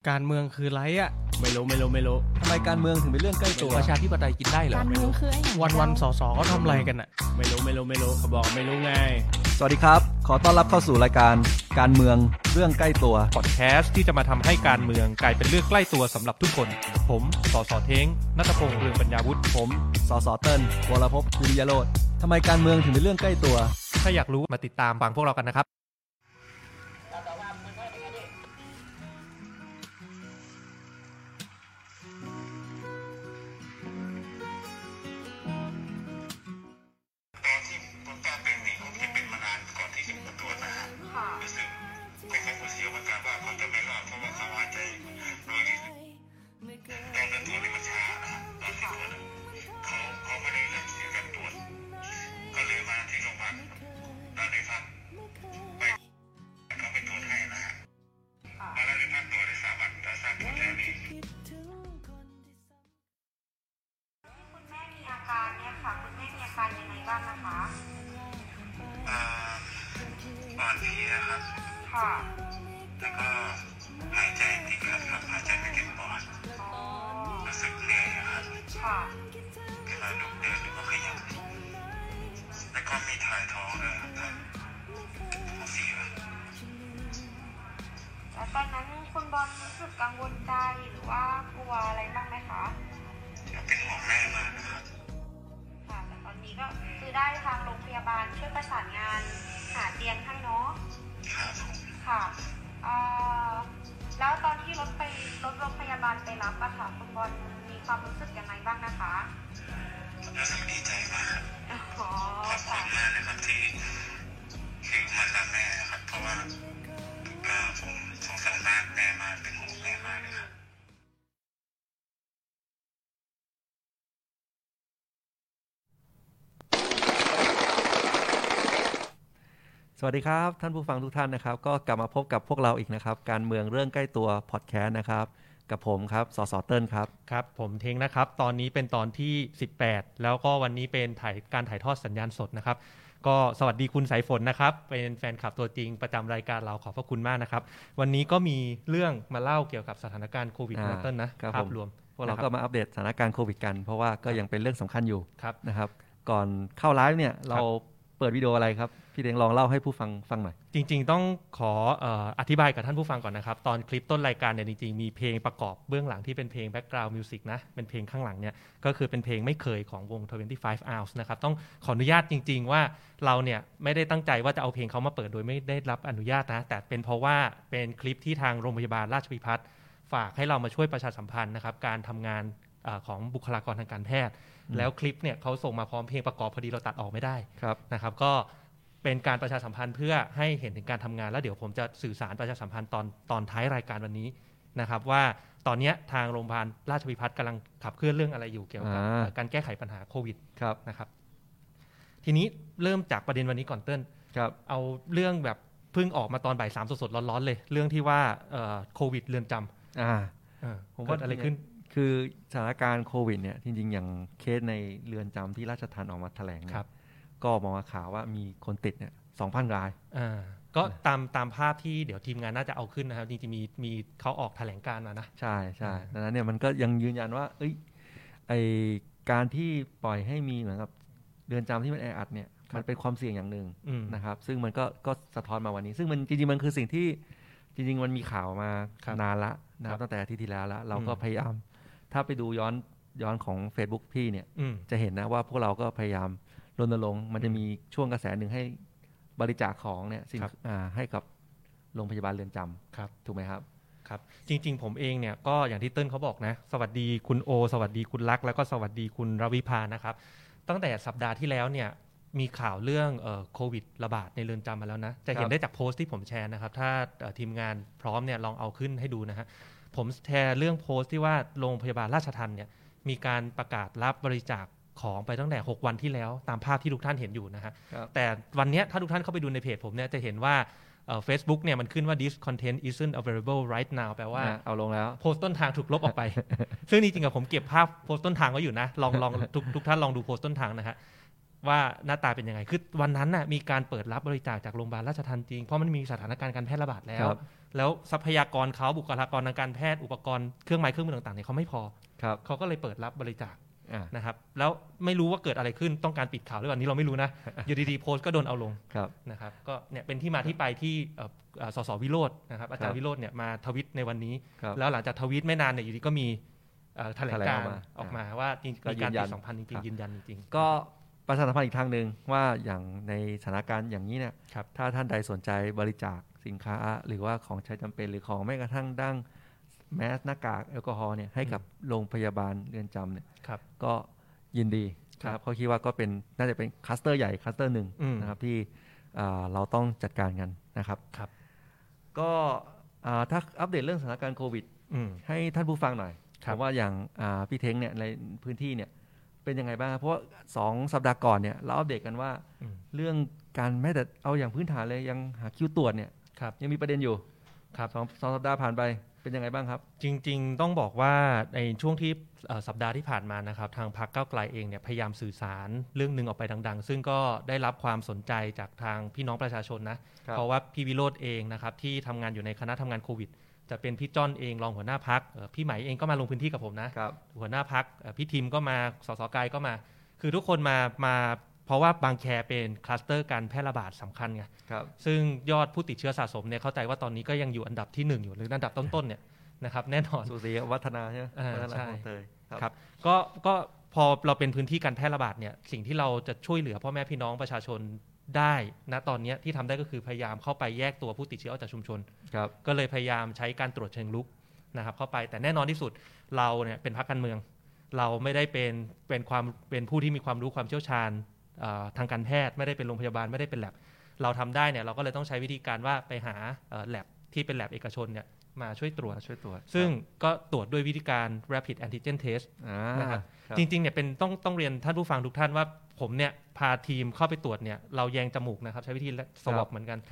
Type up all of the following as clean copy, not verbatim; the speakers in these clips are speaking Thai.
การเมืองคือไรอ่ะไม่รู้ทำไมการเมืองถึงเป็นเรื่องใกล้ตัวประชาธิปไตยกินได้เหรอการเมืองคือไอ้วันสสเขาทำอะไรกันอ่ะไม่รู้เขาบอกไม่รู้ไงสวัสดีครับขอต้อนรับเข้าสู่รายการการเมืองเรื่องใกล้ตัวพอดแคสต์ที่จะมาทำให้การเมืองกลายเป็นเรื่องใกล้ตัวสำหรับทุกคนผมสสเท้งณัฐพงษ์เรืองปัญญาวุฒิผมสสเติ้ลวรภพวิริยโรจน์ทำไมการเมืองถึงเป็นเรื่องใกล้ตัวถ้าอยากรู้มาติดตามฟังพวกเรากันนะครับอ่อนเพลียครับแล้วก็หายใจติดขัดครับหายใจไม่เต็มปอดรู้สึกเหนื่อยครับเวลาลุกเดินหรือว่าขยับแล้วก็มีถ่ายท้องด้วยครับท้องเสียแล้วตอนนั้นคุณบอลรู้สึกกังวลใจหรือว่ากลัวอะไรบ้างไหมคะเป็นห่วงแม่มากนะครับค่ะแต่ตอนนี้ก็คือได้ทางโรงพยาบาลช่วยประสานงานหาเตียงให้เนาะครับค่ะแล้วตอนที่รถโรงพยาบาลไปรับอะค่ะคุณบอลมีความรู้สึกยังไงบ้างนะคะรู้สึกดีใจมากครับขอบคุณมากนะครับที่คือมารับแม่นะครับเพราะว่าผมสงสารแม่มากเป็นห่วงแม่มากเลยครับสวัสดีครับท่านผู้ฟังทุกท่านนะครับก็กลับมาพบกับพวกเราอีกนะครับการเมืองเรื่องใกล้ตัวพอดแคสต์นะครับกับผมครับสสเติ้ลครับครับผมเทงนะครับตอนนี้เป็นตอนที่18แล้วก็วันนี้เป็นการถ่ายทอดสัญญาณสดนะครับก็สวัสดีคุณสายฝนนะครับเป็นแฟนคลับตัวจริงประจำรายการเราขอบพระคุณมากนะครับวันนี้ก็มีเรื่องมาเล่าเกี่ยวกับสถานการณ์โควิดนะเติ้ลนะภาพรวมพวกเราก็มาอัปเดตสถานการณ์โควิดกันเพราะว่าก็ยังเป็นเรื่องสำคัญอยู่นะครับก่อนเข้าไลฟ์เนี่ยเราเปิดวิดีโออะไรครับพี่เด้งลองเล่าให้ผู้ฟังหน่อยจริงๆต้องขออธิบายกับท่านผู้ฟังก่อนนะครับตอนคลิปต้นรายการเนี่ยจริงๆมีเพลงประกอบเบื้องหลังที่เป็นเพลง background music นะเป็นเพลงข้างหลังเนี่ยก็คือเป็นเพลงไม่เคยของวง25 hours นะครับต้องขออนุญาตจริงๆว่าเราเนี่ยไม่ได้ตั้งใจว่าจะเอาเพลงเขามาเปิดโดยไม่ได้รับอนุญาตนะแต่เป็นเพราะว่าเป็นคลิปที่ทางโรงพยาบาลราชภัฏพัฒน์ฝากให้เรามาช่วยประชาสัมพันธ์นะครับการทำงานของบุคลากรทางการแพทย์แล้วคลิปเนี่ยเขาส่งมาพร้อมเพลงประกอบพอดีเราตัดออกไม่ได้นะครับก็เป็นการประชาสัมพันธ์เพื่อให้เห็นถึงการทำงานแล้วเดี๋ยวผมจะสื่อสารประชาสัมพันธ์ตอนท้ายรายการวันนี้นะครับว่าตอนนี้ทางโรงพยาบาลราชภัฏพัฒน์กำลังขับเคลื่อนเรื่องอะไรอยู่เกี่ยวกับการแก้ไขปัญหาโควิดนะครับทีนี้เริ่มจากประเด็นวันนี้ก่อนเติ้ลเอาเรื่องแบบเพิ่งออกมาตอนบ่าย 3สดๆร้อนๆเลยเรื่องที่ว่าโควิดเรือนจำผมว่าอะไรขึ้นคือสถานการณ์โควิดเนี่ยจริงๆอย่างเคสในเรือนจำที่ราชทัณฑ์ออกมาแถลงก็มองข่าวว่ามีคนติดเนี่ย 2,000 รายก็ตามภาพที่เดี๋ยวทีมงานน่าจะเอาขึ้นนะครับจริงๆมีเขาออกแถลงการมานะใช่ดังนั้นเนี่ยมันก็ยังยืนยันว่าไอการที่ปล่อยให้มีเหมือนกับเรือนจำที่มันแออัดเนี่ยมันเป็นความเสี่ยงอย่างหนึ่งนะครับซึ่งมันก็สะท้อนมาวันนี้ซึ่งมันจริงๆมันคือสิ่งที่จริงๆมันมีข่าวมานานละนะครับตั้งแต่อาทิตย์ที่แล้วเราก็พยายามถ้าไปดูย้อนของ Facebook พี่เนี่ยจะเห็นนะว่าพวกเราก็พยายามรณรงค์มันจะมีช่วงกระแสหนึ่งให้บริจาคของเนี่ยให้กับโรงพยาบาลเรือนจำถูกไหมครับครับจริงๆผมเองเนี่ยก็อย่างที่เติ้ลเขาบอกนะสวัสดีคุณโอสวัสดีคุณลักษณ์แล้วก็สวัสดีคุณรวิภานะครับตั้งแต่สัปดาห์ที่แล้วเนี่ยมีข่าวเรื่องโควิดระบาดในเรือนจำมาแล้วนะจะเห็นได้จากโพสต์ที่ผมแชร์นะครับถ้าทีมงานพร้อมเนี่ยลองเอาขึ้นให้ดูนะฮะผมแชร์เรื่องโพสต์ที่ว่าโรงพยาบาลราชทัณฑ์เนี่ยมีการประกาศรับบริจาคของไปตั้งแต่6วันที่แล้วตามภาพที่ทุกท่านเห็นอยู่นะฮะแต่วันนี้ถ้าทุกท่านเข้าไปดูในเพจผมเนี่ยจะเห็นว่าFacebook เนี่ยมันขึ้นว่า this content isn't available right now แปลว่าเอาลงแล้วโพสต์ต้นทางถูกลบออกไป ซึ่งจริงๆผมเก็บภาพโพสต์ต้นทางไว้อยู่นะลองทุกท่านลองดูโพสต์ต้นทางนะฮะว่าหน้าตาเป็นยังไงคือวันนั้นน่ะมีการเปิดรับบริจาคจากโรงพยาบาลราชทัณฑ์จริงเพราะมันมีสถานการณ์การแพร่ระบาดแล้วแล้วทรัพยากรเขาบุคลากรทางการแพทย์อุปกรณ์เครื่องไม้เครื่องมือต่างๆเนี่ยเขาไม่พอเขาก็เลยเปิดรับบริจาคนะครับแล้วไม่รู้ว่าเกิดอะไรขึ้นต้องการปิดข่าวหรือเปล่านี้เราไม่รู้นะอยู่ดีๆโพสต์ก็โดนเอาลงนะครับก็เนี่ยเป็นที่มาที่ไปที่สสวิโรจน์นะครับอาจารย์วิโรจน์เนี่ยมาทวิตในวันนี้แล้วหลังจากทวิตไม่นานเนี่ยอยู่ดีก็มีแถลงการณ์ออกมาว่ามีการปิด 2,000 จริงๆยืนยันจริงๆก็ประชาสัมพันธ์อีกทางนึงว่าอย่างในสถานการณ์อย่างนี้เนี่ยถ้าท่านใดสนใจบริจาคสินค้าหรือว่าของใช้จำเป็นหรือของแม้กระทั่งดั้งแมสหน้ากากแอลกอฮอล์เนี่ยให้กับโรงพยาบาลเรือนจำเนี่ยก็ยินดีครับเขาคิดว่าก็เป็นน่าจะเป็นคลัสเตอร์ใหญ่คลัสเตอร์หนึ่งนะครับที่เราต้องจัดการกันนะครับก็ถ้าอัปเดตเรื่องสถานการณ์โควิดให้ท่านผู้ฟังหน่อยผมว่าอย่างพี่เท้งเนี่ยในพื้นที่เนี่ยเป็นยังไงบ้างเพราะว่า2 สัปดาห์ก่อนเนี่ยเราอัปเดตกันว่าเรื่องการแม้แต่เอาอย่างพื้นฐานเลยยังหาคิวตรวจเนี่ยยังมีประเด็นอยู่2 สัปดาห์ผ่านไปเป็นยังไงบ้างครับจริงๆต้องบอกว่าในช่วงที่สัปดาห์ที่ผ่านมานะครับทางพรรคก้าวไกลเองเนี่ยพยายามสื่อสารเรื่องนึงออกไปดังๆซึ่งก็ได้รับความสนใจจากทางพี่น้องประชาชนนะเพราะว่าพี่วิโรจน์เองนะครับที่ทำงานอยู่ในคณะทำงานโควิดจะเป็นพี่จ้อนเองรองหัวหน้าพรรคพี่ไหมเองก็มาลงพื้นที่กับผมนะหัวหน้าพรรคพี่ทีมก็มาสสกายก็มาคือทุกคนมาเพราะว่าบางแคเป็นคลัสเตอร์การแพร่ระบาดสำคัญไงซึ่งยอดผู้ติดเชื้อสะสมเนี่ยเข้าใจว่าตอนนี้ก็ยังอยู่อันดับที่1อยู่หรืออันดับต้นๆเนี่ยนะครับแน่นอนสุสีวัฒนาใช่ไหมใช่ครับก็พอเราเป็นพื้นที่การแพร่ระบาดเนี่ยสิ่งที่เราจะช่วยเหลือพ่อแม่พี่น้องประชาชนได้ณตอนนี้ที่ทำได้ก็คือพยายามเข้าไปแยกตัวผู้ติดเชื้อออกจากชุมชนก็เลยพยายามใช้การตรวจเชิงรุกนะครับเข้าไปแต่แน่นอนที่สุดเราเนี่ยเป็นพรรคการเมืองเราไม่ได้เป็นผู้ที่มีความรู้ความเชี่ยวชาญทางการแพทย์ไม่ได้เป็นโรงพยาบาลไม่ได้เป็นแลบเราทำได้เนี่ยเราก็เลยต้องใช้วิธีการว่าไปหาแลบที่เป็นแลบเอกชนเนี่ยมาช่วยตรวจซึ่งก็ตรวจด้วยวิธีการ rapid antigen test นะครับจริงๆเนี่ยเป็นต้องเรียนท่านผู้ฟังทุกท่านว่าผมเนี่ยพาทีมเข้าไปตรวจเนี่ยเราแยงจมูกนะครับใช้วิธีสวอปเหมือนกัน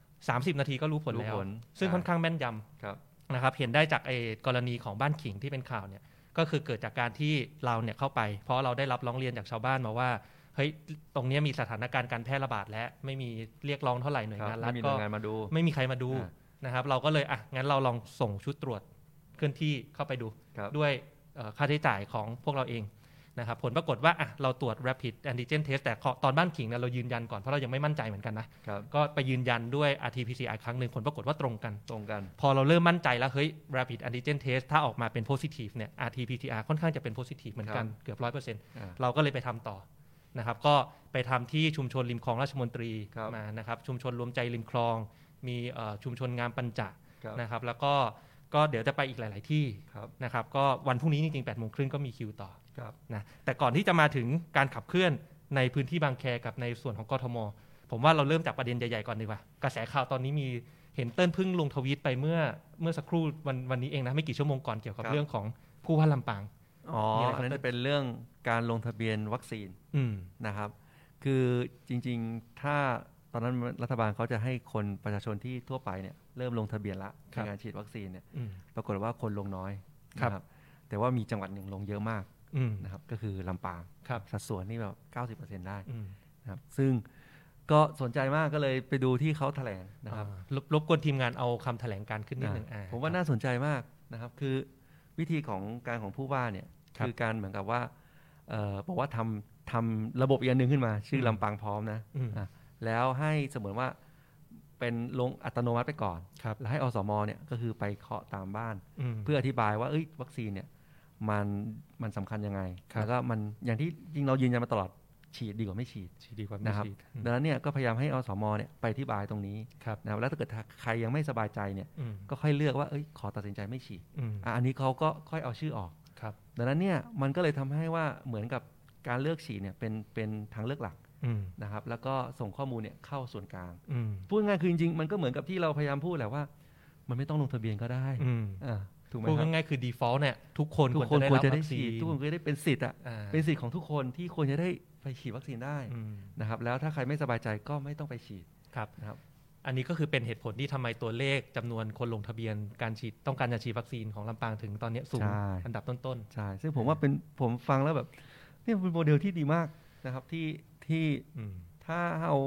30 นาทีก็รู้ผลแล้วซึ่งค่อนข้างแม่นยำนะครับเห็นได้จากกรณีของบ้านขิงที่เป็นข่าวเนี่ยก็คือเกิดจากการที่เราเนี่ยเข้าไปเพราะเราได้รับร้องเรียนจากชาวบ้านมาว่าเฮ้ยตรงนี้มีสถานการณ์การแพร่ระบาดและไม่มีเรียกร้องเท่าไหร่หน่วยงานรัฐก็ไม่มีใครมาดูนะครับเราก็เลยงั้นเราลองส่งชุดตรวจเคลื่อนที่เข้าไปดูด้วยค่าใช้จ่ายของพวกเราเองนะครับผลปรากฏว่าเราตรวจ rapid antigen test แต่ตอนบ้านขิงเนี่ยเรายืนยันก่อนเพราะเรายังไม่มั่นใจเหมือนกันนะก็ไปยืนยันด้วย RT-PCR ครั้งนึงผลปรากฏว่าตรงกันพอเราเริ่มมั่นใจแล้วเฮ้ย rapid antigen test ถ้าออกมาเป็น positive เนี่ย RT-PCR ค่อนข้างจะเป็น positive เหมือนกันเกือบ 100% เราก็เลยไปทำต่อนะครับก็ไปทำที่ชุมชนริมคลองราชมนตรีมานะครับชุมชนรวมใจริมคลองมีชุมชนงามปัญจนะครับแล้วก็เดี๋ยวจะไปอีกหลายๆที่นะครับก็วันพรุ่งนี้จริงๆ 8:30 นก็มีคิวต่อนะแต่ก่อนที่จะมาถึงการขับเคลื่อนในพื้นที่บางแคกับในส่วนของกทมผมว่าเราเริ่มจากประเด็นใหญ่ๆก่อนดีกว่ากระแสข่าวตอนนี้มีเห็นเติ้ลพึ่งลงทวีตไปเมื่อสักครู่วันนี้เองนะไม่กี่ชั่วโมงก่อนเกี่ยวกับเรื่องของผู้ว่าลำปางอันนั้นจะเป็นเรื่องการลงทะเบียนวัคซีนนะครับคือจริงๆถ้าตอนนั้นรัฐบาลเขาจะให้คนประชาชนที่ทั่วไปเนี่ยเริ่มลงทะเบียนละในการฉีดวัคซีนเนี่ยปรากฏว่าคนลงน้อยนะครับแต่ว่ามีจังหวัดหนึ่งลงเยอะมากนะครับก็คือลำปางสัดส่วนนี่แบบ 90% ได้นะครับซึ่งก็สนใจมากก็เลยไปดูที่เขาแถลงนะครับรบกวนทีมงานเอาคำแถลงการขึ้นนิดนึงผมว่าน่าสนใจมากนะครับคือวิธีของการของผู้ว่าเนี่ยคือการเหมือนกับว่าบอกว่าทำระบบอีกอันนึงขึ้นมาชื่อลำปางพร้อมนะแล้วให้เสมือนว่าเป็นลงอัตโนมัติไปก่อนแล้วให้อสมเนี่ยก็คือไปเคาะตามบ้านเพื่ออธิบายว่าวัคซีนเนี่ยมันสำคัญยังไงแล้วก็มันอย่างที่จริงเรายืนยันมาตลอดฉีดดีกว่าไม่ฉีดนะครับดังนั้นเนี่ยก็พยายามให้อสมเนี่ยไปอธิบายตรงนี้นะแล้วถ้าเกิดใครยังไม่สบายใจเนี่ยก็ค่อยเลือกว่าขอตัดสินใจไม่ฉีดอันนี้เขาก็ค่อยเอาชื่อออกดังนั้นเนี่ยมันก็เลยทำให้ว่าเหมือนกับการเลือกฉีดเนี่ยเป็นทางเลือกหลักนะครับแล้วก็ส่งข้อมูลเนี่ยเข้าส่วนกลางพูดง่ายคือจริงๆมันก็เหมือนกับที่เราพยายามพูดแหละว่ามันไม่ต้องลงทะเบียนก็ได้ถูกไหมครับพูดง่ายๆคือ default เนี่ยทุกคนควรจะได้ฉีดทุกคนควรจะได้เป็นสิทธิ์เป็นสิทธิ์ของทุกคนที่ควรจะได้ไปฉีดวัคซีนได้นะครับแล้วถ้าใครไม่สบายใจก็ไม่ต้องไปฉีดนะครับอันนี้ก็คือเป็นเหตุผลที่ทำไมตัวเลขจำนวนคนลงทะเบียนการฉีดต้องการจะฉีดวัคซีนของลำปางถึงตอนนี้สูงอันดับต้นๆใช่ซึ่งผมว่าผมฟังแล้วแบบนี่เป็นโมเดลที่ดีมากนะครับที่ถ้า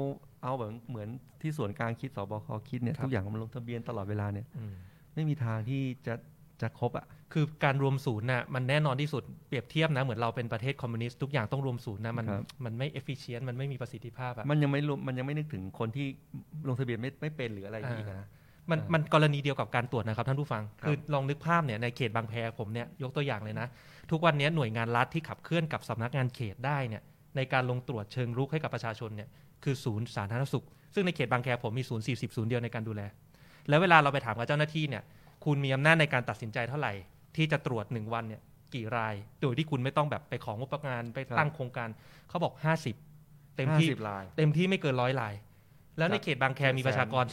เอาแบบเหมือนที่ส่วนกลางคิดสบคคิดเนี่ยทุกอย่างมันลงทะเบียนตลอดเวลาเนี่ยไม่มีทางที่จะครบอ่ะคือการรวมศูนย์น่ะมันแน่นอนที่สุดเปรียบเทียบนะเหมือนเราเป็นประเทศคอมมิวนิสต์ทุกอย่างต้องรวมศูนย์นะมันไม่ efficient มันไม่มีประสิทธิภาพอ่ะมันยังไม่นึกถึงคนที่ลงทะเบียนไม่เป็นหรืออะไรอย่างนี้นะมันกรณีเดียวกับการตรวจนะครับท่านผู้ฟังคือลองนึกภาพเนี่ยในเขตบางแพผมเนี่ยยกตัวอย่างเลยนะทุกวันนี้หน่วยงานรัฐที่ขับเคลื่อนกับสำนักงานเขตได้เนี่ยในการลงตรวจเชิงรุกให้กับประชาชนเนี่ยคือศูนย์สาธารณสุขซึ่งในเขตบางแคผมมีศูนย์40ศูนย์เดียวในการดูแลแล้วเวลาเราไปถามกับเจ้าหน้าที่เนี่ยคุณมีอำนาจในการตัดสินใจเท่าไหร่ที่จะตรวจ1วันเนี่ยกี่รายโดยที่คุณไม่ต้องแบบไปของงบประมาณไปตั้งโครงการเขาบอก50เต็มที่ไม่เกิน100รายแล้วในเขตบางแคมีประชากร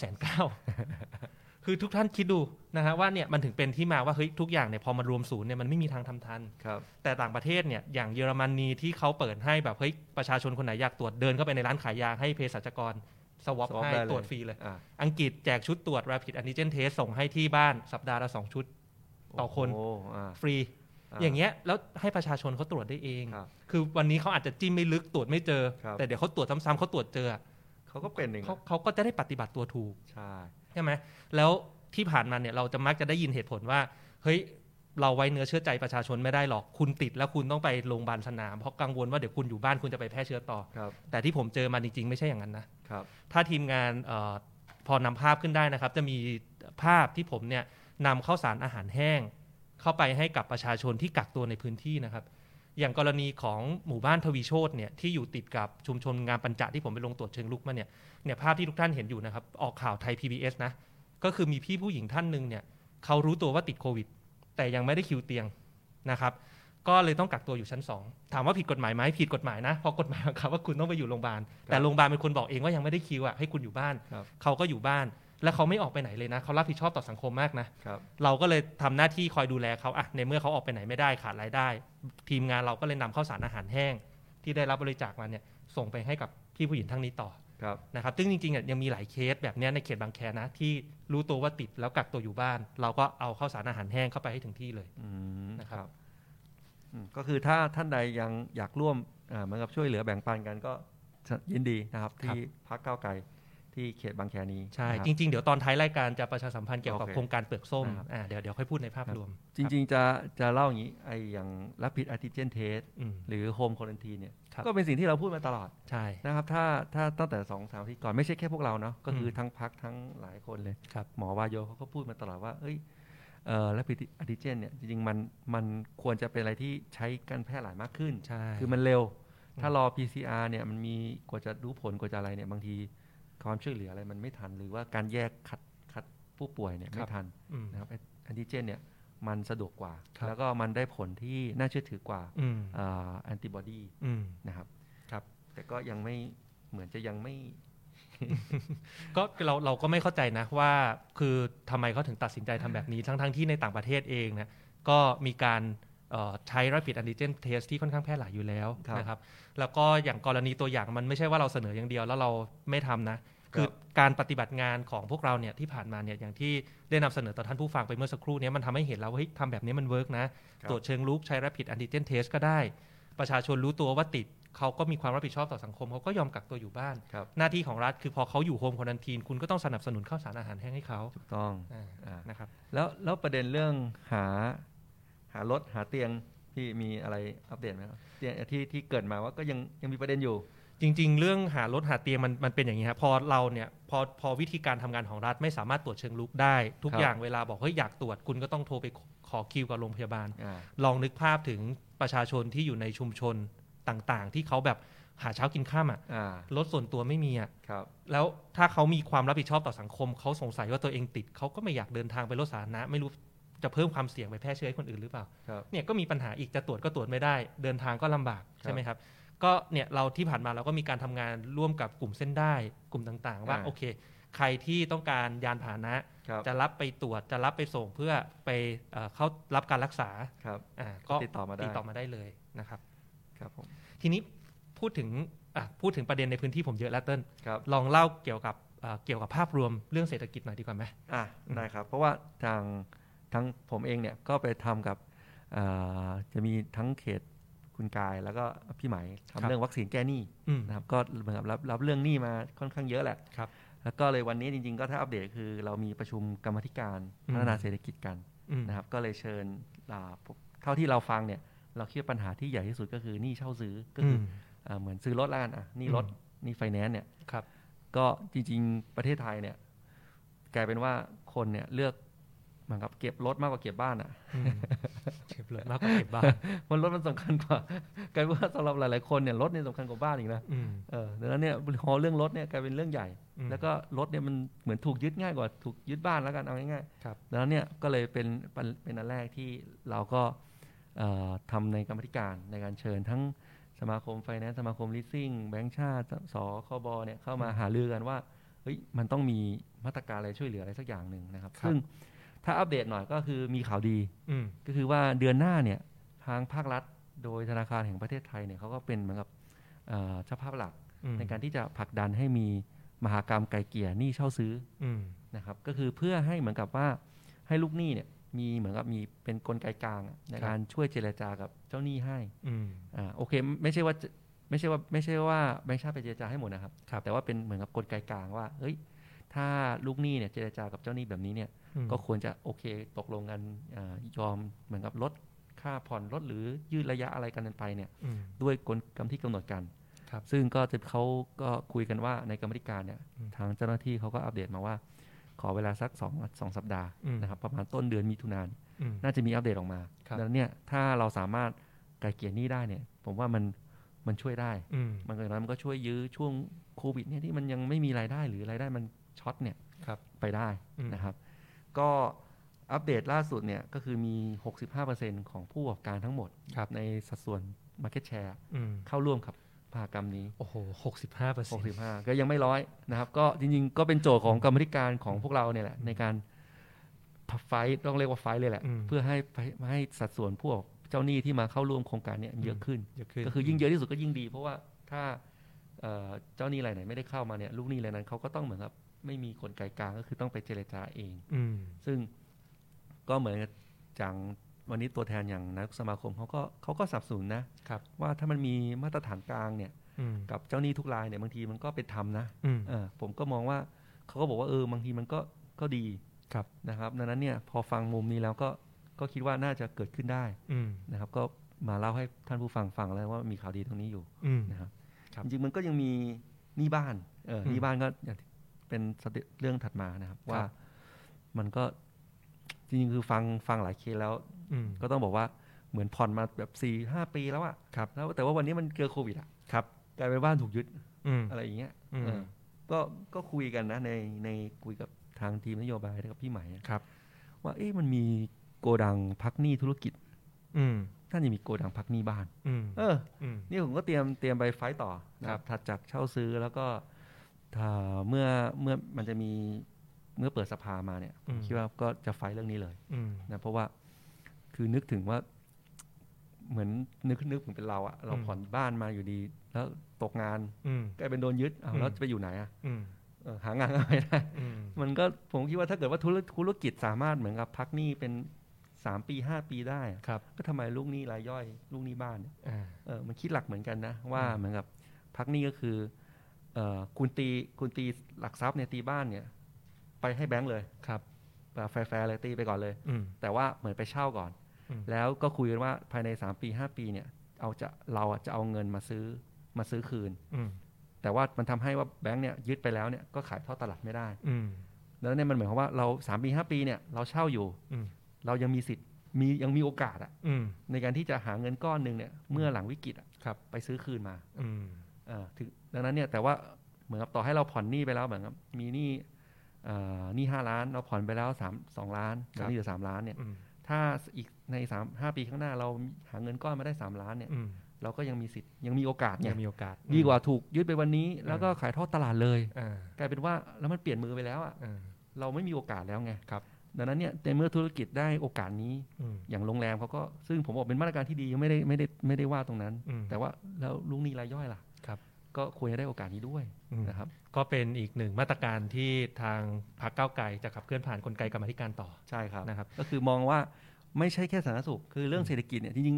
190,000คือทุกท่านคิดดูนะฮะว่าเนี่ยมันถึงเป็นที่มาว่าเฮ้ยทุกอย่างเนี่ยพอมารวมศูนย์เนี่ยมันไม่มีทางทำทันแต่ต่างประเทศเนี่ยอย่างเยอรมนีที่เขาเปิดให้แบบเฮ้ยประชาชนคนไหนอยากตรวจเดินเข้าไปในร้านขายยาให้เภสัชกรสวอปให้ตรวจฟรีเลยอังกฤษแจกชุดตรวจ Rapid Antigen Test ส่งให้ที่บ้านสัปดาห์ละ2ชุดต่อคนฟรีอย่างเงี้ยแล้วให้ประชาชนเขาตรวจได้เองคือวันนี้เขาอาจจะจิ้มไม่ลึกตรวจไม่เจอแต่เดี๋ยวเขาตรวจซ้ำๆเขาตรวจเจอเขาก็เป็นเองเขาก็จะได้ปฏิบัติตัวถูกใช่ไหมแล้วที่ผ่านมาเนี่ยเราจะมักจะได้ยินเหตุผลว่าเฮ้ยเราไว้เนื้อเชื่อใจประชาชนไม่ได้หรอกคุณติดแล้วคุณต้องไปโรงพยาบาลสนามเพราะกังวลว่าเดี๋ยวคุณอยู่บ้านคุณจะไปแพร่เชื้อต่อแต่ที่ผมเจอมาจริงๆไม่ใช่อย่างนั้นนะถ้าทีมงานพอนำภาพขึ้นได้นะครับจะมีภาพที่ผมเนี่ยนำข้าวสารอาหารแห้งเข้าไปให้กับประชาชนที่กักตัวในพื้นที่นะครับอย่างกรณีของหมู่บ้านทวีโชติเนี่ยที่อยู่ติดกับชุมชนงามปัญจที่ผมไปลงตรวจเชิงลุกมาเนี่ยภาพที่ทุกท่านเห็นอยู่นะครับออกข่าวไทย PBS นะก็คือมีพี่ผู้หญิงท่านนึงเนี่ยเขารู้ตัวว่าติดโควิดแต่ยังไม่ได้คิวเตียงนะครับก็เลยต้องกักตัวอยู่ชั้น2ถามว่าผิดกฎหมายไหมผิดกฎหมายนะเพราะกฎหมายบังคับว่าคุณต้องไปอยู่โรงพยาบาลแต่โรงพยาบาลเป็นคนบอกเองว่ายังไม่ได้คิวอ่ะให้คุณอยู่บ้านเขาก็อยู่บ้านและเขาไม่ออกไปไหนเลยนะเขารับผิดชอบต่อสังคมมากนะเราก็เลยทำหน้าที่คอยดูแลเขาอ่ะในเมื่อเขาออกไปไหนไม่ได้ขาดรายได้ทีมงานเราก็เลยนำข้าวสารอาหารแห้งที่ได้รับบริจาคมาเนี่ยส่งไปให้กับพี่ผู้หญิงท่านนี้ต่อนะครับซึ่งจริงๆยังมีหลายเคสแบบนี้ในเขตบางแคนะที่รู้ตัวว่าติดแล้วกักตัวอยู่บ้านเราก็เอาข้าวสารอาหารแห้งเข้าไปให้ถึงที่เลยนะครับก็คือถ้าท่านใดยังอยากร่วมเหมือนกับช่วยเหลือแบ่งปันกันก็ยินดีนะครับที่พรรคก้าวไกลที่เขตบางแคนี้ใช่จริงๆเดี๋ยวตอนท้ายรายการจะประชาสัมพันธ์เกี่ยวกับโครงการเปลือกส้มเดี๋ยวค่อยพูดในภาพรวมจริงๆจะเล่าอย่างนี้อย่าง Rapid Antigen Test หรือ Home Quarantine เนี่ยก็เป็นสิ่งที่เราพูดมาตลอดใช่นะครับถ้าตั้งแต่ 2-3 อาทิตย์ก่อนไม่ใช่แค่พวกเราเนาะก็คือทั้งพรรคทั้งหลายคนเลยหมอวายโยเขาก็พูดมาตลอดว่าRapid Antigen เนี่ยจริงๆมันควรจะเป็นอะไรที่ใช้กันแพร่หลายมากขึ้นคือมันเร็วถ้ารอ PCR เนี่ยมันมีกว่าจะรู้ผลกว่าจะอะไรเนี่ยบางทีความช่วยเหลืออะไรมันไม่ทันหรือว่าการแยกคัดผู้ป่วยเนี่ยไม่ทันนะครับแอนติเจนเนี่ยมันสะดวกกว่าแล้วก็มันได้ผลที่น่าเชื่อถือกว่าแอนติบอดีนะครับแต่ก็ยังไม่เหมือนจะยังไม่ก็เราก็ไม่เข้าใจนะว่าคือทำไมเขาถึงตัดสินใจทำแบบนี้ทั้งที่ในต่างประเทศเองเนี่ยก็มีการใช้ Rapid Antigen Test ที่ค่อนข้างแพร่หลายอยู่แล้วนะครับแล้วก็อย่างกรณีตัวอย่างมันไม่ใช่ว่าเราเสนออย่างเดียวแล้วเราไม่ทำนะคือการปฏิบัติงานของพวกเราเนี่ยที่ผ่านมาเนี่ยอย่างที่ได้นำเสนอต่อท่านผู้ฟังไปเมื่อสักครู่นี้มันทำให้เห็นแล้วว่าทำแบบนี้มันเวิร์กนะตรวจเชิงลุกใช้ Rapid Antigen Test ก็ได้ประชาชนรู้ตัวว่าติดเขาก็มีความรับผิดชอบต่อสังคมเขาก็ยอมกักตัวอยู่บ้านหน้าที่ของรัฐคือพอเขาอยู่โฮมควอรันทีนคุณก็ต้องสนับสนุนข้าวสารอาหารแห้งให้เขาถูกต้องนะครับแล้วประเด็นเรื่องหารถหาเตียงที่มีอะไรอัปเดตไหมครับที่เกิดมาว่าก็ยังมีประเด็นอยู่จริงๆเรื่องหารถหาเตียงมันเป็นอย่างนี้ครับพอเราเนี่ยพอวิธีการทำงานของรัฐไม่สามารถตรวจเชิงลุกได้ทุกอย่างเวลาบอกเฮ้ยอยากตรวจคุณก็ต้องโทรไปขอคิวกับโรงพยาบาลลองนึกภาพถึงประชาชนที่อยู่ในชุมชนต่างๆที่เขาแบบหาเช้ากินข้ามรถส่วนตัวไม่มีแล้วถ้าเขามีความรับผิดชอบต่อสังคมเขาสงสัยว่าตัวเองติดเขาก็ไม่อยากเดินทางไปรถสาธารณะไม่รู้จะเพิ่มความเสี่ยงไปแพร่เชื้อให้คนอื่นหรือเปล่าเนี่ยก็มีปัญหาอีกจะตรวจก็ตรวจไม่ได้เดินทางก็ลำบากใช่ไหมครับก็เนี่ยเราที่ผ่านมาเราก็มีการทำงานร่วมกับกลุ่มเส้นได้กลุ่มต่างๆว่าโอเคใครที่ต้องการยานพาหนะจะรับไปตรวจจะรับไปส่งเพื่อไปเข้ารับการรักษาก็ติดต่อมาได้เลยนะครับทีนี้พูดถึงประเด็นในพื้นที่ผมเยอะแล้วเติ้ลลองเล่าเกี่ยวกับภาพรวมเรื่องเศรษฐกิจหน่อยดีกว่าไหมได้ครับเพราะว่าทั้งผมเองเนี่ยก็ไปทำกับจะมีทั้งเขตคุณคุณกายแล้วก็พี่ไหมทำเรื่องวัคซีนแก้หนี้นะครับก็เหมือนกับรับเรื่องหนี้มาค่อนข้างเยอะแหละแล้วก็เลยวันนี้จริงๆก็ถ้าอัปเดตคือเรามีประชุมกรรมธิการพัฒนาเศรษฐกิจกันนะครับก็เลยเชิญเท่าที่เราฟังเนี่ยเราคิดว่าปัญหาที่ใหญ่ที่สุดก็คือหนี้เช่าซื้อก็คือเหมือนซื้อรถแล้วกันหนี้รถหนี้ไฟแนนซ์เนี่ยก็จริงๆประเทศไทยเนี่ยกลายเป็นว่าคนเนี่ยเลือกเหมือนกับเก็บรถมากกว่าเก็บบ้านเก็บรถมากกว่าเก็บบ้านมันรถมันสำคัญกว่ากลายเป็นว่าสำหรับหลายๆคนเนี่ยรถเนี่ยสำคัญกว่าบ้านอีกนะดังนั้นเนี่ยพอเรื่องรถเนี่ยกลายเป็นเรื่องใหญ่แล้วก็รถเนี่ยมันเหมือนถูกยึดง่ายกว่าถูกยึดบ้านแล้วกันเอาง่ายๆดังนั้นเนี่ยก็เลยเป็นอันแรกที่เราก็ทำในกรรมธิการในการเชิญทั้งสมาคมไฟแนนซ์สมาคมลิสซิ่งแบงก์ชาติสคบเนี่ยเข้ามาหารือกันว่าเฮ้ยมันต้องมีมาตรการอะไรช่วยเหลืออะไรสักอย่างหนึ่งนะครับซึ่งถ้าอัปเดตหน่อยก็คือมีข่าวดีก็คือว่าเดือนหน้าเนี่ยทางภาครัฐโดยธนาคารแห่งประเทศไทยเนี่ยเขาก็เป็นเหมือนกับเจ้าภาพหลักในการที่จะผลักดันให้มีมหกรรมไกลเกลี่ยหนี้เช่าซื้อนะครับก็คือเพื่อให้เหมือนกับว่าให้ลูกหนี้เนี่ยมีเหมือนกับมีเป็นกลไกกลางในการช่วยเจรจากับเจ้าหนี้ให้โอเคไม่ใช่ว่าแบงก์ชาติไปเจรจาให้หมดนะครับแต่ว่าเป็นเหมือนกับกลไกกลางว่าเฮ้ยถ้าลูกหนี้เนี่ยเจรจากับเจ้าหนี้แบบนี้เนี่ยก็ควรจะโอเคตกลงกันยอมเหมือนกับลดค่าผ่อนลดหรือยืดระยะอะไรกันไปเนี่ยด้วยกลไกที่กำหนดกันซึ่งเขาก็คุยกันว่าในกรรมธิการเนี่ยทางเจ้าหน้าที่เขาก็อัปเดตมาว่าขอเวลาสัก2 สัปดาห์นะครับประมาณต้นเดือนมิถุนายนน่าจะมีอัปเดตออกมาดังนั้นเนี่ยถ้าเราสามารถไกลเกลี่ยหนี้ได้เนี่ยผมว่ามันช่วยได้มันก็ช่วยยื้อช่วงโควิดเนี่ยที่มันยังไม่มีรายได้หรือรายได้มันช็อตเนี่ยไปได้นะครับก็อัปเดตล่าสุดเนี่ยก็คือมี 65% ของผู้ประกอบการทั้งหมดในสัดส่วน Market Share เข้าร่วมกับมหกรรมนี้โอ้โห 65% ก็ยังไม่ร้อยนะครับก็จริงๆก็เป็นโจทย์ของกรรมธิการของพวกเราเนี่ยแหละในการไฟท์ต้องเรียกว่าไฟท์เลยแหละเพื่อให้สัดส่วนพวกเจ้าหนี้ที่มาเข้าร่วมโครงการนี้เยอะขึ้นก็คือยิ่งเยอะที่สุดก็ยิ่งดีเพราะว่าถ้าเจ้าหนี้รายไหนไม่ได้เข้ามาเนี่ยลูกหนี้รายนั้นเขาก็ต้องเหมือนกับไม่มีกลไกกลางก็คือต้องไปเจรจาเองซึ่งก็เหมือนกับอย่างวันนี้ตัวแทนอย่างนายกสมาคมเขาก็สนับสนุนนะว่าถ้ามันมีมาตรฐานกลางเนี่ยกับเจ้าหนี้ทุกรายเนี่ยบางทีมันก็เป็นธรรมนะผมก็มองว่าเขาก็บอกว่าบางทีมันก็ดีนะครับดังนั้นเนี่ยพอฟังมุมนี้แล้วก็คิดว่าน่าจะเกิดขึ้นได้นะครับก็มาเล่าให้ท่านผู้ฟังแล้วว่ามีข่าวดีตรงนี้อยู่นะครับจริงๆมันก็ยังมีหนี้บ้านหนี้บ้านก็เป็นเรื่องถัดมานะครับว่ามันก็จริงๆคือฟังหลายเคสแล้วก็ต้องบอกว่าเหมือนผ่อนมาแบบ 4-5 ปีแล้วแล้วแต่ว่าวันนี้มันเกิดโควิดกลายเป็นบ้านถูกยึดอะไรอย่างเงี้ยก็คุยกันนะในคุยกับทางทีมนโยบายกับพี่ใหม่ว่ามันมีโกดังพักหนี้ธุรกิจท่านยังมีโกดังพักหนี้บ้านนี่ผมก็เตรียมไปไฟต์ต่อนะครับถัดจากเช่าซื้อแล้วก็เมื่อมันจะมีเมื่อเปิดสภามาเนี่ยคิดว่าก็จะไฟต์เรื่องนี้เลยนะเพราะว่าคือนึกถึงว่าเหมือนนึกถึงเป็นเราเราผ่อนบ้านมาอยู่ดีแล้วตกงานกลายเป็นโดนยึดแล้วจะไปอยู่ไหนหางานก็ไม่ได้มันก็ผมคิดว่าถ้าเกิดว่าธุรกิจสามารถเหมือนกับพักหนี้เป็น3 ปี 5 ปีได้ก็ทำไมลูกหนี้รายย่อยลูกหนี้บ้านมันคิดหลักเหมือนกันนะว่าเหมือนกับพักหนี้ก็คือคุณตีหลักทรัพย์เนี่ยตีบ้านเนี่ยไปให้แบงก์เลยแฟร์เลยตีไปก่อนเลยแต่ว่าเหมือนไปเช่าก่อนแล้วก็คุยกันว่าภายใน3 ปี 5 ปีเนี่ยเราจะเอาเงินมาซื้อคืนแต่ว่ามันทำให้ว่าแบงก์เนี่ยยึดไปแล้วเนี่ยก็ขายทอดตลาดไม่ได้แล้วเนี่ยมันเหมือนกับว่าเรา3 ปี 5 ปีเนี่ยเราเช่าอยู่เรายังมีสิทธิ์ยังมีโอกาสในการที่จะหาเงินก้อนนึงเนี่ยเมื่อหลังวิกฤตไปซื้อคืนมาดังนั้นเนี่ยแต่ว่าเหมือนกับต่อให้เราผ่อนหนี้ไปแล้วเหมือนกับมีหนี้5 ล้านเราผ่อนไปแล้ว2 ล้านเหลือ3 ล้านเนี่ยถ้าอีกใน3-5 ปีข้างหน้าเราหาเงินก้อนมาได้3 ล้านเนี่ยเราก็ยังมีสิทธิ์ยังมีโอกาสดีกว่าถูกยึดไปวันนี้แล้วก็ขายทอดตลาดเลยกลายเป็นว่าแล้วมันเปลี่ยนมือไปแล้วเราไม่มีโอกาสแล้วไงดังนั้นเนี่ยในเมื่อธุรกิจได้โอกาสนี้อย่างโรงแรมเขาก็ซึ่งผมบอกเป็นมาตรการที่ดีไม่ได้ว่าตรงนั้นแต่ว่าแล้วลูกหนี้รายย่อยล่ะก็ควรจะได้โอกาสนี้ด้วยนะครับก็เป็นอีกหนึ่งมาตรการที่ทางพรรคก้าวไกลจะขับเคลื่อนผ่านกลไกกรรมาธิการต่อใช่ครับนะครับก็คือมองว่าไม่ใช่แค่สาธารณสุขคือเรื่องเศรษฐกิจเนี่ยจริงๆ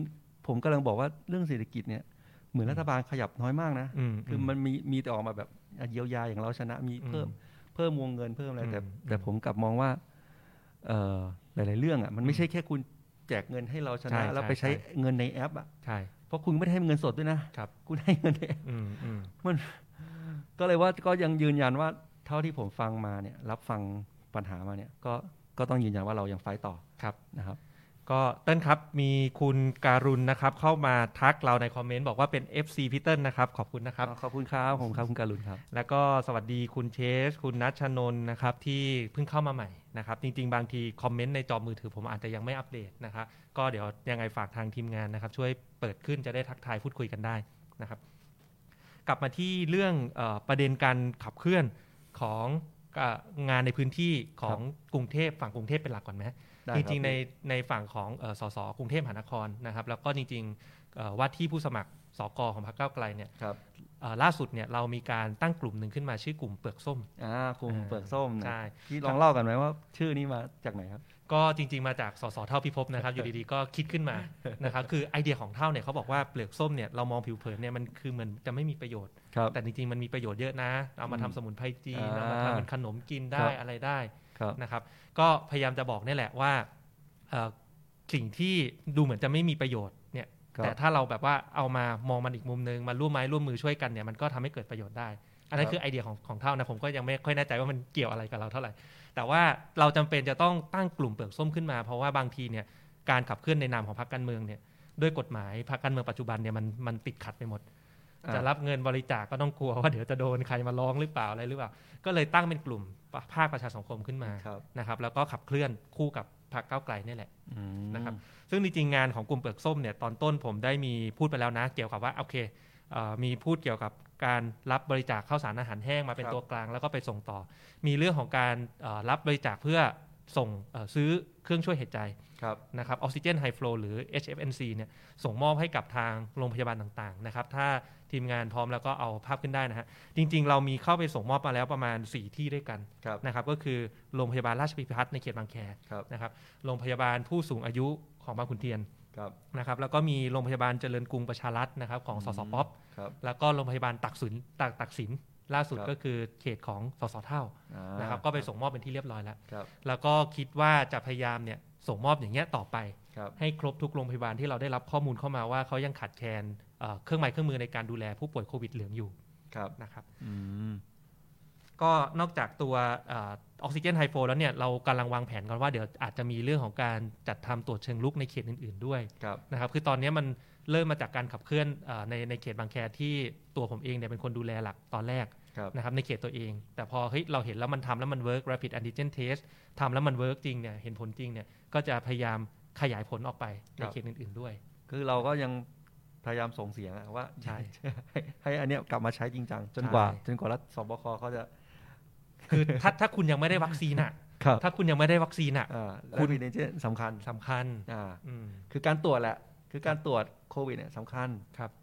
ผมกำลังบอกว่าเรื่องเศรษฐกิจเนี่ยเหมือนรัฐบาลขยับน้อยมากนะคือมันมีแต่ออกมาแบบเยียวยาอย่างเราชนะมีเพิ่มวงเงินเพิ่มอะไรแต่ผมกลับมองว่าหลายๆเรื่องอ่ะมันไม่ใช่แค่คุณแจกเงินให้เราชนะแล้วไปใช้เงินในแอปอ่ะเพราะคุณไม่ได้ให้เงินสดด้วยนะคุณให้เงินในแอปมันก็เลยว่าก็ยังยืนยันว่าเท่าที่ผมฟังมาเนี่ยรับฟังปัญหามาเนี่ยก็ต้องยืนยันว่าเรายังไฟต์ต่อนะครับก็เติ้ลครับมีคุณการุณนะครับเข้ามาทักเราในคอมเมนต์บอกว่าเป็น FC พี่เติ้ลนะครับขอบคุณนะครับขอบคุณครับผมครับคุณการุณครับแล้วก็สวัสดีคุณเชสคุณนัชนนท์นะครับที่เพิ่งเข้ามาใหม่นะครับจริงๆบางทีคอมเมนต์ในจอมือถือผมอาจจะยังไม่อัปเดตนะครับก็เดี๋ยวยังไงฝากทางทีมงานนะครับช่วยเปิดขึ้นจะได้ทักทายพูดคุยกันได้นะครับกลับมาที่เรื่องประเด็นการขับเคลื่อนของงานในพื้นที่ของกรุงเทพฝั่งกรุงเทพเป็นหลักก่อนไหมจริงๆในฝั่งของสสกรุงเทพมหานครนะครับแล้วก็จริงๆว่าที่ผู้สมัครสกของพรรคก้าวไกลเนี่ยล่าสุดเนี่ยเรามีการตั้งกลุ่มหนึ่งขึ้นมาชื่อกลุ่มเปลือกส้มกลุ่มเปลือกส้มใช่ที่ลองเล่ากันไหมว่าชื่อนี้มาจากไหนครับก็จริงๆมาจากสสเท่าพิภพนะครับอยู่ดีๆก็คิดขึ้นมานะครับคือไอเดียของเท่าเนี่ยเขาบอกว่าเปลือกส้มเนี่ยเรามองผิวเผินเนี่ยมันคือมันจะไม่มีประโยชน์แต่จริงๆมันมีประโยชน์เยอะนะเอามาทำสมุนไพรจีนเอามาทำเป็นขนมกินได้อะไรได้นะครับก็พยายามจะบอกนี่แหละว่าสิ่งที่ดูเหมือนจะไม่มีประโยชน์เนี่ยแต่ถ้าเราแบบว่าเอามามองมันอีกมุมนึงมาร่วมไม้ร่วมมือช่วยกันเนี่ยมันก็ทำให้เกิดประโยชน์ได้อันนั้นคือไอเดียของเท่านะผมก็ยังไม่ค่อยแน่ใจว่ามันเกี่ยวอะไรกับเราเท่าไหร่แต่ว่าเราจำเป็นจะต้องตั้งกลุ่มเปลือกส้มขึ้นมาเพราะว่าบางทีเนี่ยการขับเคลื่อนในนามของพรรคการเมืองเนี่ยด้วยกฎหมายพรรคการเมืองปัจจุบันเนี่ยมันติดขัดไปหมดจะรับเงินบริจาคก็ต้องกลัวว่าเดี๋ยวจะโดนใครมาร้องหรือเปล่าอะไรหรือเปล่าก็เลยตั้งเป็นกลุ่มภาคประชาสังคมขึ้นมานะครับแล้วก็ขับเคลื่อนคู่กับพรรคก้าวไกลนี่แหละนะครับซึ่งจริงๆงานของกลุ่มเปลือกส้มเนี่ยตอนต้นผมได้มีพูดไปแล้วนะเกี่ยวกับว่าโอเคมีพูดเกี่ยวกับการรับบริจาคข้าวสารอาหารแห้งมาเป็นตัวกลางแล้วก็ไปส่งต่อมีเรื่องของการรับบริจาคเพื่อส่งซื้อเครื่องช่วยหายใจนะครับออกซิเจนไฮฟลูหรือ HFNC เนี่ยส่งมอบให้กับทางโรงพยาบาลต่างๆนะครับถ้าทีมงานพร้อมแล้วก็เอาภาพขึ้นได้นะฮะจริงๆเรามีเข้าไปส่งมอบมาแล้วประมาณ4ที่ด้วยกันนะครับก็คือโรงพยาบาลราชพิพัฒน์ในเขตบางแคนะครับโรงพยาบาลผู้สูงอายุของบางขุนเทียนนะครับแล้วก็มีโรงพยาบาลเจริญกรุงประชารัฐนะครับของสสป๊อปแล้วก็โรงพยาบาลตักสินล่าสุดก็คือเขตของสสเท่านะครับก็ไปส่งมอบเป็นที่เรียบร้อยแล้วก็คิดว่าจะพยายามเนี่ยส่งมอบอย่างเงี้ยต่อไปให้ครบทุกโรงพยาบาลที่เราได้รับข้อมูลเข้ามาว่าเขายังขาดแคลนเครื่องไม้เครื่องมือในการดูแลผู้ป่วยโควิดเหลืองอยู่นะครับก็นอกจากตัวออกซิเจนไฮโฟแล้วเนี่ยเรากำลังวางแผนกันว่าเดี๋ยวอาจจะมีเรื่องของการจัดทำตรวจเชิงลุกในเขตอื่นๆด้วยนะครับคือตอนนี้มันเริ่มมาจากการขับเคลื่อนในเขตบางแคที่ตัวผมเองเนี่ยเป็นคนดูแลหลักตอนแรกนะครับในเขตตัวเองแต่พอเราเห็นแล้วมันทำแล้วมันเวิร์ก rapid antigen test ทำแล้วมันเวิร์กจริงเนี่ยเห็นผลจริงเนี่ยก็จะพยายามขยายผลออกไปในเขตอื่นๆด้วยคือเราก็ยังพยายามส่งเสียงว่าให้อันเนี้ยกลับมาใช้จริงจังจนกว่ารัฐสบคเขาจะคือถ้าคุณยังไม่ได้วัคซีนถ้าคุณยังไม่ได้วัคซีนคุณเป็นเจนสำคัญคือการตรวจแหละคือการตรวจโควิดเนี่ยสำคัญ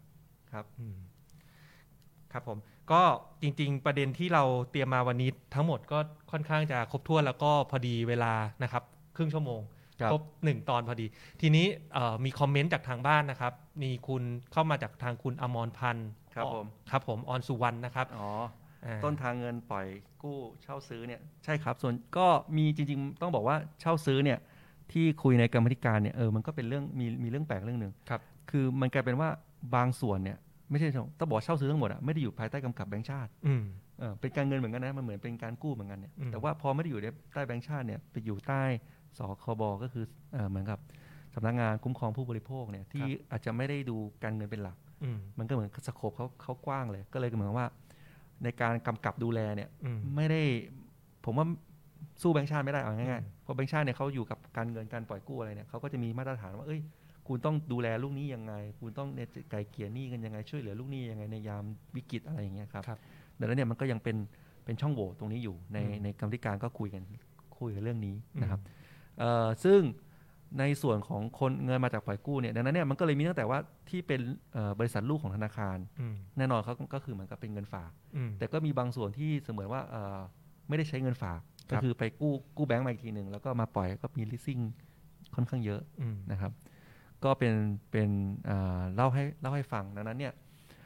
ครับผมก็จริงๆประเด็นที่เราเตรียมมาวันนี้ทั้งหมดก็ค่อนข้างจะครบถ้วนแล้วก็พอดีเวลานะครับครึ่งชั่วโมงครบ1ตอนพอดีทีนี้มีคอมเมนต์จากทางบ้านนะครับมีคุณเข้ามาจากทางคุณอมรพันธ์ครับผมออนสุวรรณนะครับต้นทางเงินปล่อยกู้เช่าซื้อเนี่ยใช่ครับส่วนก็มีจริงๆต้องบอกว่าเช่าซื้อเนี่ยที่คุยในกรรมธิการเนี่ยมันก็เป็นเรื่องมีเรื่องแปลกเรื่องนึงคือมันกลายเป็นว่าบางส่วนเนี่ยไม่ใช่ต้องบอกเช่าซื้อทั้งหมดไม่ได้อยู่ภายใต้กำกับแบงก์ชาติเป็นการเงินเหมือนกันนะมันเหมือนเป็นการกู้เหมือนกันเนี่ยแต่ว่าพอไม่ได้อยู่ใต้แบงก์ชาติเนี่ยไปอยู่ใต้สคบก็คือเหมือนกับสำนักงานคุ้มครองผู้บริโภคเนี่ยที่อาจจะไม่ได้ดูการเงินเป็นหลักมันก็เหมือนสโคปเขากว้างเลยก็เลยเหมือนว่าในการกำกับดูแลเนี่ยไม่ได้ผมว่าสู้แบงก์ชาติไม่ได้เอาง่ายๆเพราะแบงก์ชาติเนี่ยเขาอยู่กับการเงินการปล่อยกู้อะไรเนี่ยเขาก็จะมีมาตรฐานว่าคุณต้องดูแลลูกหนี้ยังไงคุณต้องไกลเกลี่ยหนี้กันยังไงช่วยเหลือลูกหนี้ยังไงในยามวิกฤตอะไรอย่างเงี้ยครับดังนั้นเนี่ยมันก็ยังเป็นช่องโหว่ตรงนี้อยู่ในกรรมธิการก็คุยกันเรื่องนี้นะครับซึ่งในส่วนของคนเงินมาจากปล่อยกู้เนี่ยดังนั้นเนี่ยมันก็เลยมีตั้งแต่ว่าที่เป็นบริษัทลูกของธนาคารแน่นอนเขาก็คือเหมือนกับเป็นเงินฝากแต่ก็มีบางส่วนที่เสมือนว่าไม่ได้ใช้เงินฝากก็คือไปกู้แบงก์มาอีกทีนึงแล้วก็มาปล่อยก็มี leasing ค่อนข้างเยอะนะครับก็เป็นเล่าให้ฟังดังนั้นเนี่ย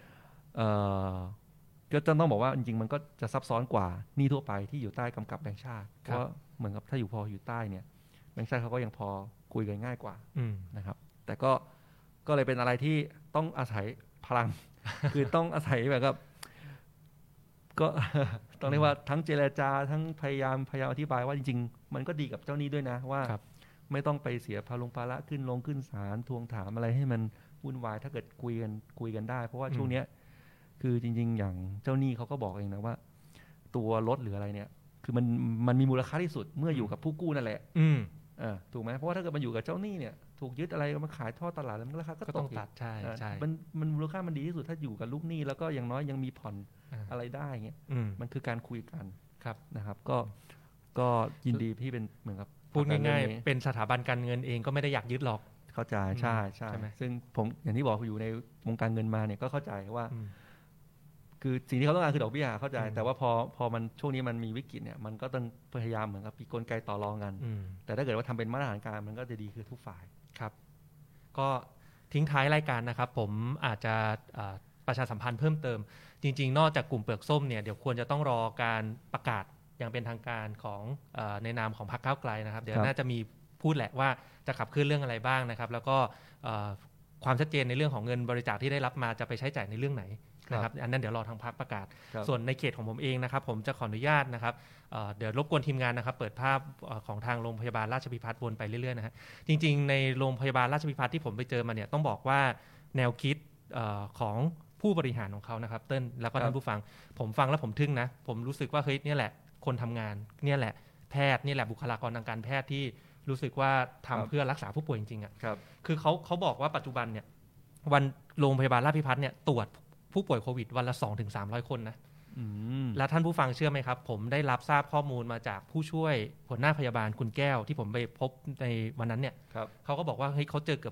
ก็ต้องบอกว่าจริงๆมันก็จะซับซ้อนกว่าหนี้ทั่วไปที่อยู่ใต้กำกับแบงก์ชาติเพราะเหมือนกับถ้าอยู่ใต้เนี่ยแบงก์ชาติเขาก็ยังพอคุยกันง่ายกว่านะครับแต่ก็เลยเป็นอะไรที่ต้องอาศัยพลัง คือต้องอาศัยแบบก็ต้องเรียกว่าทั้งเจรจาทั้งพยายามอธิบายว่าจริงๆมันก็ดีกับเจ้าหนี้ด้วยนะว่าไม่ต้องไปเสียภาระขึ้นศาลทวงถามอะไรให้มันวุ่นวายถ้าเกิดคุยกันได้เพราะว่าช่วงนี้คือจริงๆอย่างเจ้าหนี้เขาก็บอกเองนะว่าตัวรถหรืออะไรเนี่ยคือมันมีมูลค่าที่สุดเมื่ออยู่กับผู้กู้นั่นแหละถูกไหมเพราะว่าถ้าเกิดมันอยู่กับเจ้าหนี้เนี่ยถูกยึดอะไรมาขายทอดตลาดแล้วมันราคาก็ต้องตัดใช่มันมูลค่ามันดีที่สุดถ้าอยู่กับลูกหนี้แล้วก็อย่างน้อยยังมีผ่อนอะไรได้เงี้ยมันคือการคุยกันนะครับก็ยินดีที่เป็นเหมือนกับพูดง่ายๆเป็นสถาบันการเงินเองก็ไม่ได้อยากยึดหรอกเข้าใจใช่ซึ่งผมอย่างที่บอกอยู่ในวงการเงินมาเนี่ยก็เข้าใจว่าคือสิ่งที่เขาต้องการคือดอกเบี้ยเข้าใจแต่ว่าพอมันช่วงนี้มันมีวิกฤตเนี่ยมันก็ต้องพยายามเหมือนกับมีกลไกต่อรองกันแต่ถ้าเกิดว่าทำเป็นมาตรฐานกลางมันก็จะดีคือทุกฝ่ายครับก็ทิ้งท้ายรายการนะครับผมอาจจะประชาสัมพันธ์เพิ่มเติมจริงๆนอกจากกลุ่มเปลือกส้มเนี่ยเดี๋ยวควรจะต้องรอการประกาศอย่างเป็นทางการของในนามของพรรคก้าวไกลนะครับเดี๋ยวน่าจะมีพูดแหละว่าจะขับเคลื่อนเรื่องอะไรบ้างนะครับแล้วก็ความชัดเจนในเรื่องของเงินบริจาคที่ได้รับมาจะไปใช้จ่ายในเรื่องไหนนะครับอันนั้นเดี๋ยวรอทางพรรคประกาศส่วนในเขตของผมเองนะครับผมจะขออนุญาตนะครับเดี๋ยวรบกวนทีมงานนะครับเปิดภาพของทางโรงพยาบาลราชภิพัฒน์วนไปเรื่อยๆนะฮะจริงๆในโรงพยาบาลราชภิพัฒน์ที่ผมไปเจอมาเนี่ยต้องบอกว่าแนวคิดของผู้บริหารของเขานะครับเติ้ลแล้วก็ท่านผู้ฟังผมฟังแล้วผมทึ่งนะผมรู้สึกว่าเฮ้ยนี่แหละคนทำงานนี่แหละแพทย์นี่แหละบุคลากรทางการแพทย์ที่รู้สึกว่าทำเพื่อรักษาผู้ป่วยจริงๆอ่ะคือเขาบอกว่าปัจจุบันเนี่ยวันโรงพยาบาลราชภิพัฒน์เนี่ยตรวจผู้ป่วยโควิดวันละ 2-300 คนนะแล้วท่านผู้ฟังเชื่อไหมครับผมได้รับทราบข้อมูลมาจากผู้ช่วยหัวหน้าพยาบาลคุณแก้วที่ผมไปพบในวันนั้นเนี่ยเขาก็บอกว่าเฮ้ยเขาเจอเกือบ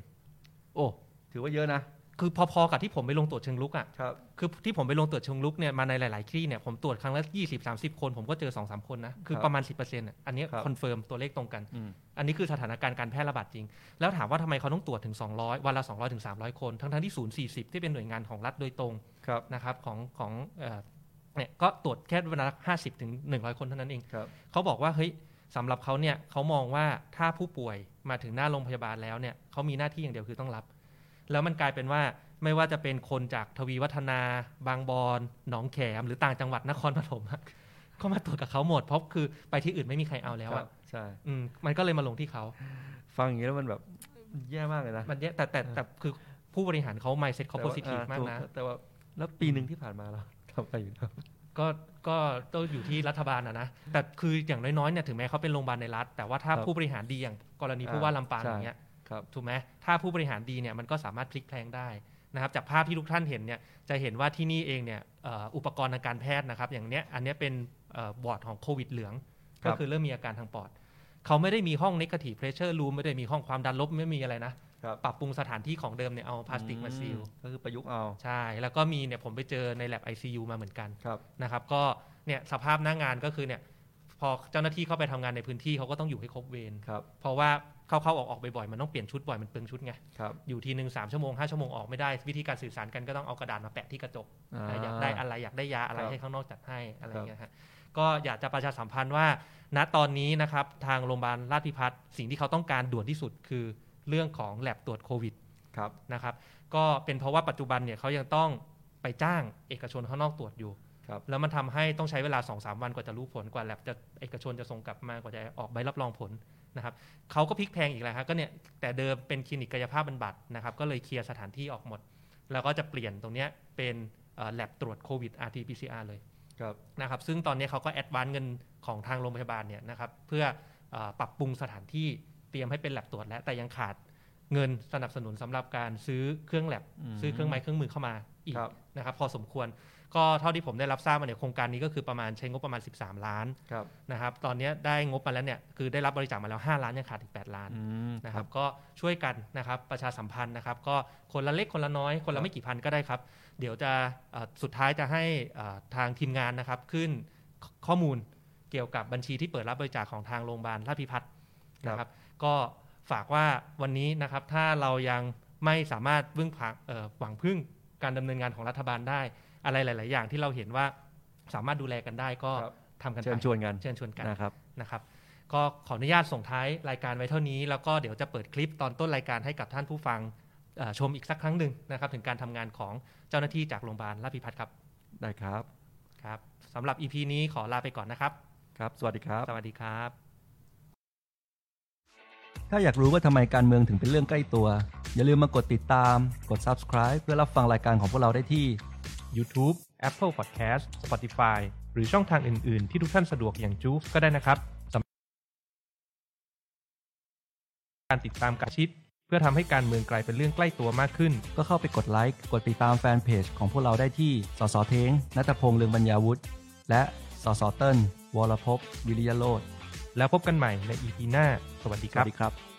10% โอ้ถือว่าเยอะนะคือพอๆกับที่ผมไปลงตรวจเชิงลุกอ่ะคือที่ผมไปลงตรวจเชิงลุกเนี่ยมาในหลายๆที่เนี่ยผมตรวจครั้งละ 20-30 คนผมก็เจอ 2-3 คนนะคือประมาณ 10% อ่ะอันนี้คอนเฟิร์มตัวเลขตรงกันอันนี้คือสถานการณ์การแพร่ระบาดจริงแล้วถามว่าทำไมเขาต้องตรวจถึง200วันละ 200-300 คนทั้งที่ศูนย์40ที่เป็นหน่วยงานของรัฐโดยตรงนะครับของเนี่ยก็ตรวจแค่วันละ 50-100 คนเท่านั้นเองเขาบอกว่าเฮ้ยสำหรับเขาเนี่ยเขามองว่าถ้าผู้ป่วยมาถึงหน้าโรงพยาบาลแล้วเนี่ยเขามีหน้าที่อย่างเดียวคือต้องรับแล้วมันกลายเป็นว่าไม่ว่าจะเป็นคนจากทวีวัฒนาบางบอนหนองแขมหรือต่างจังหวัดนครปฐมก็มาตรวจกับเขาหมดเพราะคือไปที่อื่นไม่มีใครเอาแล้วอ่ะใช่มันก็เลยมาลงที่เขาฟังอย่างนี้แล้วมันแบบแย่มากเลยนะมันแย่แต่คือผู้บริหารเขา mindset เขาโพสิทีฟมากนะแต่ว่าแล้วปีนึงที่ผ่านมาเราทำอะไรอยู่ก็ต้องอยู่ที่รัฐบาลนะแต่คืออย่างน้อยๆเนี่ยถึงแม้เขาเป็นโรงพยาบาลในรัฐแต่ว่าถ้าผู้บริหารดีอย่างกรณีผู้ว่าลำปางอย่างเงี้ยถูกไหมถ้าผู้บริหารดีเนี่ยมันก็สามารถพลิกแพลงได้นะครับจากภาพที่ทุกท่านเห็นเนี่ยจะเห็นว่าที่นี่เองเนี่ยอุปกรณ์ทางการแพทย์นะครับอย่างเนี้ยอันนี้เป็นบอร์ดของโควิดเหลืองก็คือเริ่มมีอาการทางปอดเขาไม่ได้มีห้อง negative pressure room ไม่ได้มีห้องความดันลบไม่มีอะไรนะปรับปรุงสถานที่ของเดิมเนี่ยเอาพลาสติกมาซีลก็คือประยุกต์เอาใช่แล้วก็มีเนี่ยผมไปเจอใน lab ICU มาเหมือนกันนะครับก็เนี่ยสภาพหน้างานก็คือเนี่ยพอเจ้าหน้าที่เข้าไปทำงานในพื้นที่เขาก็ต้องอยู่ให้ครบเวรเพราะว่าเข้าออกบ่อยๆมันต้องเปลี่ยนชุดบ่อยมันเปลืองชุดไงอยู่ทีนึง3 ชั่วโมง5 ชั่วโมงออกไม่ได้วิธีการสื่อสารกันก็ต้องเอากระดาษมาแปะที่กระจกอยากได้อะไรอยากได้ยาอะไรให้ข้างนอกจัดให้อะไรเงี้ยฮะก็อยากจะประชาสัมพันธ์ว่าณตอนนี้นะครับทางโรงพยาบาลราชภิพัฒน์สิ่งที่เขาต้องการด่วนที่สุดคือเรื่องของแลบตรวจโควิดนะครับก็เป็นเพราะว่าปัจจุบันเนี่ยเขายังต้องไปจ้างเอกชนข้างนอกตรวจอยู่แล้วมันทำให้ต้องใช้เวลา 2-3 วันกว่าจะรู้ผลกว่าแลบจะเอกชนจะส่งกลับมากว่าจะออกใบรับรองผลนะครับเขาก็พลิกแพลงอีกแล้วครับก็เนี่ยแต่เดิมเป็นคลินิกกายภาพบำบัดนะครับก็เลยเคลียร์สถานที่ออกหมดแล้วก็จะเปลี่ยนตรงนี้เป็นแลบตรวจโควิด RT-PCR เลยนะครับซึ่งตอนนี้เขาก็แอดวานซ์เงินของทางโรงพยาบาลเนี่ยนะครับเพื่อปรับปรุงสถานที่เตรียมให้เป็นแลบตรวจแล้วแต่ยังขาดเงินสนับสนุนสำหรับการซื้อเครื่องแลบซื้อเครื่องไม้เครื่องมือเข้ามาอีกนะครับพอสมควรก็เท่าที่ผมได้รับทราบมาเนี่ยโครงการนี้ก็คือประมาณใช้งบประมาณ13 ล้านนะครับตอนนี้ได้งบมาแล้วเนี่ยคือได้รับบริจาคมาแล้ว5 ล้านยังขาดอีก8 ล้านนะครับก็ช่วยกันนะครับประชาสัมพันธ์นะครับก็คนละเล็กคนละน้อยคนละไม่กี่พันก็ได้ครับเดี๋ยวจะสุดท้ายจะให้ทางทีมงานนะครับขึ้นข้อมูลเกี่ยวกับบัญชีที่เปิดรับบริจาคของทางโรงพยาบาลราชภิพัฒน์นะครับก็ฝากว่าวันนี้นะครับถ้าเรายังไม่สามารถหวังพึ่งการดำเนินงานของรัฐบาลได้อะไรหลายๆอย่างที่เราเห็นว่าสามารถดูแลกันได้ก็ทำกันไปเชิญชวนกันนะครับก็ขออนุญาตส่งท้ายรายการไว้เท่านี้แล้วก็เดี๋ยวจะเปิดคลิปตอนต้นรายการให้กับท่านผู้ฟังชมอีกสักครั้งหนึ่งนะครับถึงการทำงานของเจ้าหน้าที่จากโรงพยาบาลราชพิพัฒน์ครับได้ครับสำหรับ EP นี้ขอลาไปก่อนนะครับครับสวัสดีครับสวัสดีครับถ้าอยากรู้ว่าทำไมการเมืองถึงเป็นเรื่องใกล้ตัวอย่าลืมมากดติดตามกด Subscribe เพื่อรับฟังรายการของพวกเราได้ที่ YouTube Apple Podcast Spotify หรือช่องทางอื่นๆที่ทุกท่านสะดวกอย่างจู๊กก็ได้นะครับการติดตามการชิดเพื่อทำให้การเมืองกลายเป็นเรื่องใกล้ตัวมากขึ้นก็เข้าไปกดไลค์กดติดตามแฟนเพจของพวกเราได้ที่สสเท้งณัฐพงษ์ เลืองบรรยาวุฒิและสสเติ้ลวรภพ วิริยโรจน์แล้วพบกันใหม่ใน EP หน้าสวัสดีครับ